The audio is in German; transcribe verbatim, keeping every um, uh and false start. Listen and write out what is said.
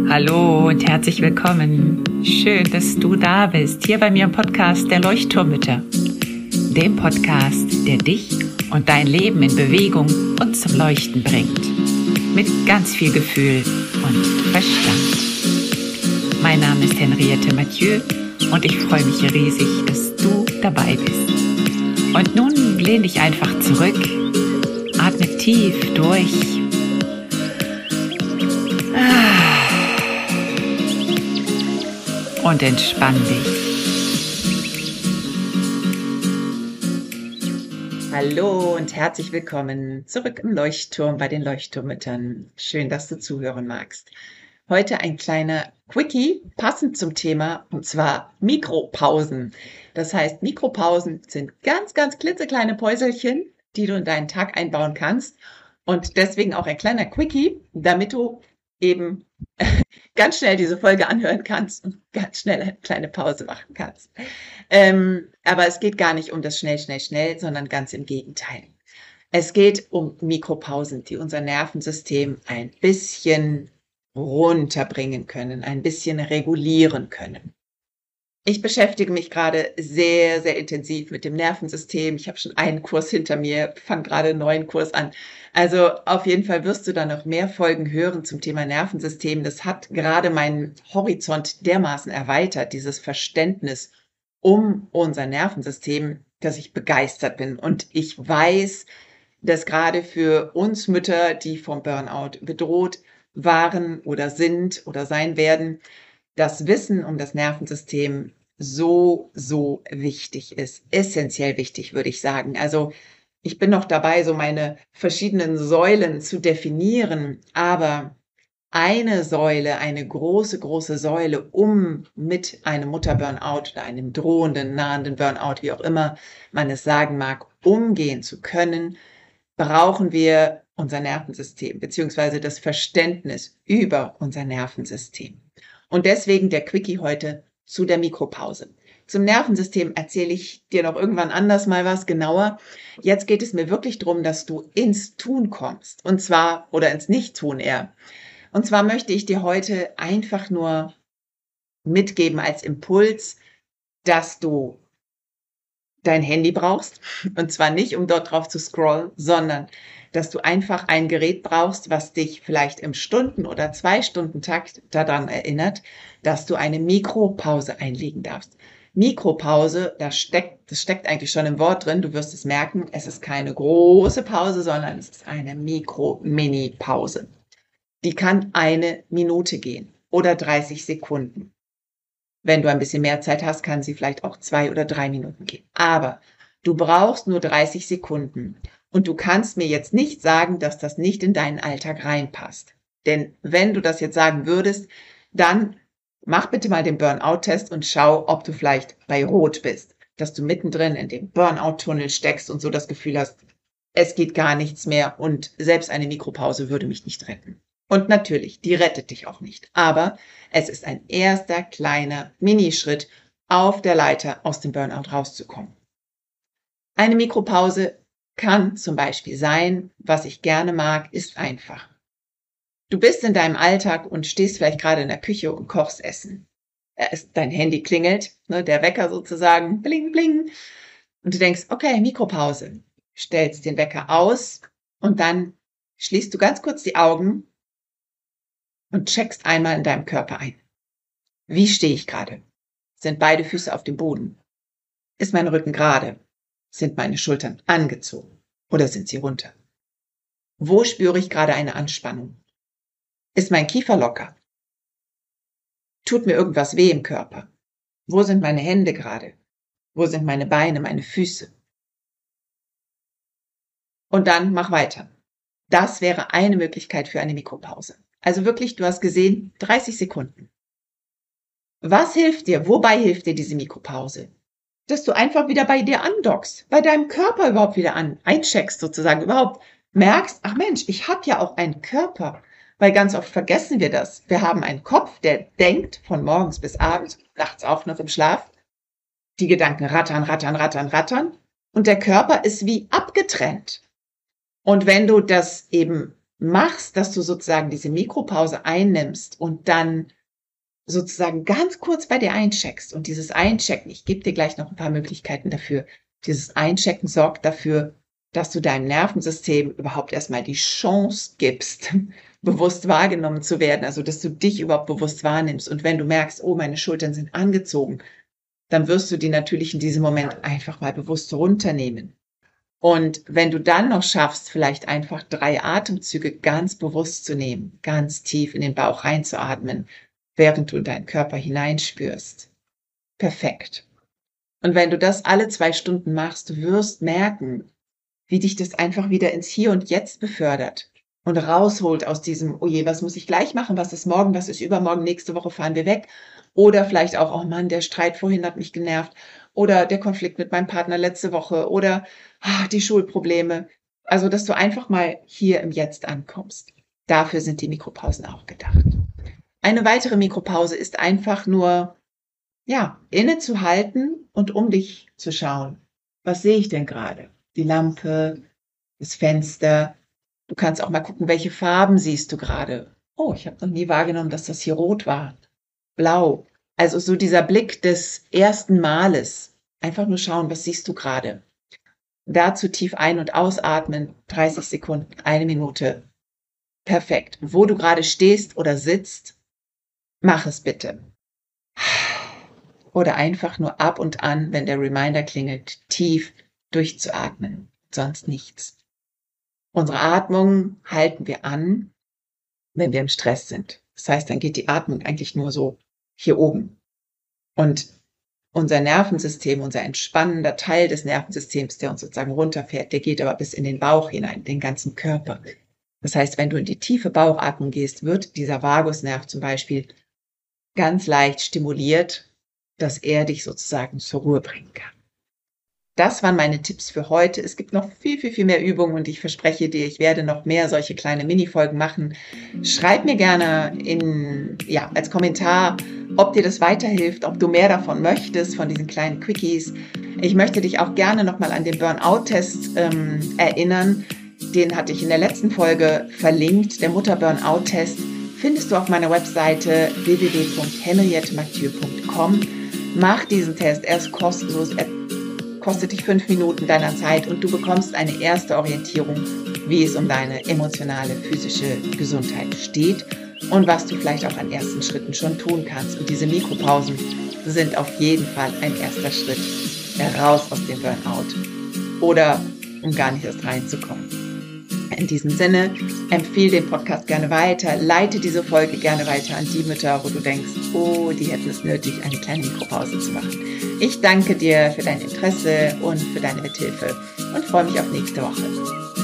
Hallo und herzlich willkommen. Schön, dass du da bist, hier bei mir im Podcast der Leuchtturmmütter. Dem Podcast, der dich und dein Leben in Bewegung und zum Leuchten bringt. Mit ganz viel Gefühl und Verstand. Mein Name ist Henriette Mathieu und ich freue mich riesig, dass du dabei bist. Und nun lehn dich einfach zurück, atme tief durch. Und entspann dich. Hallo und herzlich willkommen zurück im Leuchtturm bei den Leuchtturmmüttern. Schön, dass du zuhören magst. Heute ein kleiner Quickie, passend zum Thema, und zwar Mikropausen. Das heißt, Mikropausen sind ganz, ganz klitzekleine Päuselchen, die du in deinen Tag einbauen kannst. Und deswegen auch ein kleiner Quickie, damit du eben ganz schnell diese Folge anhören kannst und ganz schnell eine kleine Pause machen kannst. Ähm, aber es geht gar nicht um das schnell, schnell, schnell, sondern ganz im Gegenteil. Es geht um Mikropausen, die unser Nervensystem ein bisschen runterbringen können, ein bisschen regulieren können. Ich beschäftige mich gerade sehr, sehr intensiv mit dem Nervensystem. Ich habe schon einen Kurs hinter mir, fange gerade einen neuen Kurs an. Also auf jeden Fall wirst du da noch mehr Folgen hören zum Thema Nervensystem. Das hat gerade meinen Horizont dermaßen erweitert, dieses Verständnis um unser Nervensystem, dass ich begeistert bin. Und ich weiß, dass gerade für uns Mütter, die vom Burnout bedroht waren oder sind oder sein werden, das Wissen um das Nervensystem so, so wichtig ist. Essentiell wichtig, würde ich sagen. Also ich bin noch dabei, so meine verschiedenen Säulen zu definieren, aber eine Säule, eine große, große Säule, um mit einem Mutter-Burnout oder einem drohenden, nahenden Burnout, wie auch immer man es sagen mag, umgehen zu können, brauchen wir unser Nervensystem, beziehungsweise das Verständnis über unser Nervensystem. Und deswegen der Quickie heute zu der Mikropause. Zum Nervensystem erzähle ich dir noch irgendwann anders mal was genauer. Jetzt geht es mir wirklich darum, dass du ins Tun kommst. Und zwar, oder ins Nicht-Tun eher. Und zwar möchte ich dir heute einfach nur mitgeben als Impuls, dass du dein Handy brauchst. Und zwar nicht, um dort drauf zu scrollen, sondern dass du einfach ein Gerät brauchst, was dich vielleicht im Stunden- oder Zwei-Stunden-Takt daran erinnert, dass du eine Mikropause einlegen darfst. Mikropause, das steckt, das steckt eigentlich schon im Wort drin, du wirst es merken, es ist keine große Pause, sondern es ist eine Mikro-Mini-Pause. Die kann eine Minute gehen oder dreißig Sekunden. Wenn du ein bisschen mehr Zeit hast, kann sie vielleicht auch zwei oder drei Minuten gehen. Aber du brauchst nur dreißig Sekunden. Und du kannst mir jetzt nicht sagen, dass das nicht in deinen Alltag reinpasst. Denn wenn du das jetzt sagen würdest, dann mach bitte mal den Burnout-Test und schau, ob du vielleicht bei Rot bist. Dass du mittendrin in dem Burnout-Tunnel steckst und so das Gefühl hast, es geht gar nichts mehr und selbst eine Mikropause würde mich nicht retten. Und natürlich, die rettet dich auch nicht. Aber es ist ein erster kleiner Minischritt auf der Leiter aus dem Burnout rauszukommen. Eine Mikropause kann zum Beispiel sein, was ich gerne mag, ist einfach. Du bist in deinem Alltag und stehst vielleicht gerade in der Küche und kochst Essen. Dein Handy klingelt, ne, der Wecker sozusagen, bling, bling. Und du denkst, okay, Mikropause. Stellst den Wecker aus und dann schließt du ganz kurz die Augen und checkst einmal in deinem Körper ein. Wie stehe ich gerade? Sind beide Füße auf dem Boden? Ist mein Rücken gerade? Sind meine Schultern angezogen oder sind sie runter? Wo spüre ich gerade eine Anspannung? Ist mein Kiefer locker? Tut mir irgendwas weh im Körper? Wo sind meine Hände gerade? Wo sind meine Beine, meine Füße? Und dann mach weiter. Das wäre eine Möglichkeit für eine Mikropause. Also wirklich, du hast gesehen, dreißig Sekunden. Was hilft dir? Wobei hilft dir diese Mikropause? Dass du einfach wieder bei dir andockst, bei deinem Körper überhaupt wieder an, eincheckst sozusagen, überhaupt merkst, ach Mensch, ich habe ja auch einen Körper, weil ganz oft vergessen wir das. Wir haben einen Kopf, der denkt von morgens bis abends, nachts auch noch im Schlaf. Die Gedanken rattern, rattern, rattern, rattern und der Körper ist wie abgetrennt. Und wenn du das eben machst, dass du sozusagen diese Mikropause einnimmst und dann sozusagen ganz kurz bei dir eincheckst. Und dieses Einchecken, ich gebe dir gleich noch ein paar Möglichkeiten dafür, dieses Einchecken sorgt dafür, dass du deinem Nervensystem überhaupt erstmal die Chance gibst, bewusst wahrgenommen zu werden, also dass du dich überhaupt bewusst wahrnimmst. Und wenn du merkst, oh, meine Schultern sind angezogen, dann wirst du die natürlich in diesem Moment einfach mal bewusst runternehmen. Und wenn du dann noch schaffst, vielleicht einfach drei Atemzüge ganz bewusst zu nehmen, ganz tief in den Bauch reinzuatmen, während du in deinen Körper hineinspürst. Perfekt. Und wenn du das alle zwei Stunden machst, du wirst merken, wie dich das einfach wieder ins Hier und Jetzt befördert und rausholt aus diesem, oh je, was muss ich gleich machen, was ist morgen, was ist übermorgen, nächste Woche fahren wir weg. Oder vielleicht auch, oh Mann, der Streit vorhin hat mich genervt. Oder der Konflikt mit meinem Partner letzte Woche. Oder ah, die Schulprobleme. Also, dass du einfach mal hier im Jetzt ankommst. Dafür sind die Mikropausen auch gedacht. Eine weitere Mikropause ist einfach nur, ja, innezuhalten und um dich zu schauen. Was sehe ich denn gerade? Die Lampe, das Fenster. Du kannst auch mal gucken, welche Farben siehst du gerade. Oh, ich habe noch nie wahrgenommen, dass das hier rot war. Blau. Also so dieser Blick des ersten Males. Einfach nur schauen, was siehst du gerade. Dazu tief ein- und ausatmen. dreißig Sekunden, eine Minute. Perfekt. Wo du gerade stehst oder sitzt, mach es bitte. Oder einfach nur ab und an, wenn der Reminder klingelt, tief durchzuatmen. Sonst nichts. Unsere Atmung halten wir an, wenn wir im Stress sind. Das heißt, dann geht die Atmung eigentlich nur so hier oben. Und unser Nervensystem, unser entspannender Teil des Nervensystems, der uns sozusagen runterfährt, der geht aber bis in den Bauch hinein, den ganzen Körper. Das heißt, wenn du in die tiefe Bauchatmung gehst, wird dieser Vagusnerv zum Beispiel ganz leicht stimuliert, dass er dich sozusagen zur Ruhe bringen kann. Das waren meine Tipps für heute. Es gibt noch viel, viel, viel mehr Übungen und ich verspreche dir, ich werde noch mehr solche kleine Mini-Folgen machen. Schreib mir gerne in, ja, als Kommentar, ob dir das weiterhilft, ob du mehr davon möchtest, von diesen kleinen Quickies. Ich möchte dich auch gerne nochmal an den Burnout-Test ähm, erinnern. Den hatte ich in der letzten Folge verlinkt. Der Mutter-Burnout-Test findest du auf meiner Webseite w w w punkt henriette mathieu punkt com. Mach diesen Test, er ist kostenlos, er kostet dich fünf Minuten deiner Zeit und du bekommst eine erste Orientierung, wie es um deine emotionale, physische Gesundheit steht und was du vielleicht auch an ersten Schritten schon tun kannst. Und diese Mikropausen sind auf jeden Fall ein erster Schritt heraus aus dem Burnout oder um gar nicht erst reinzukommen. In diesem Sinne, empfehle den Podcast gerne weiter, leite diese Folge gerne weiter an die Mütter, wo du denkst, oh, die hätten es nötig, eine kleine Mikropause zu machen. Ich danke dir für dein Interesse und für deine Mithilfe und freue mich auf nächste Woche.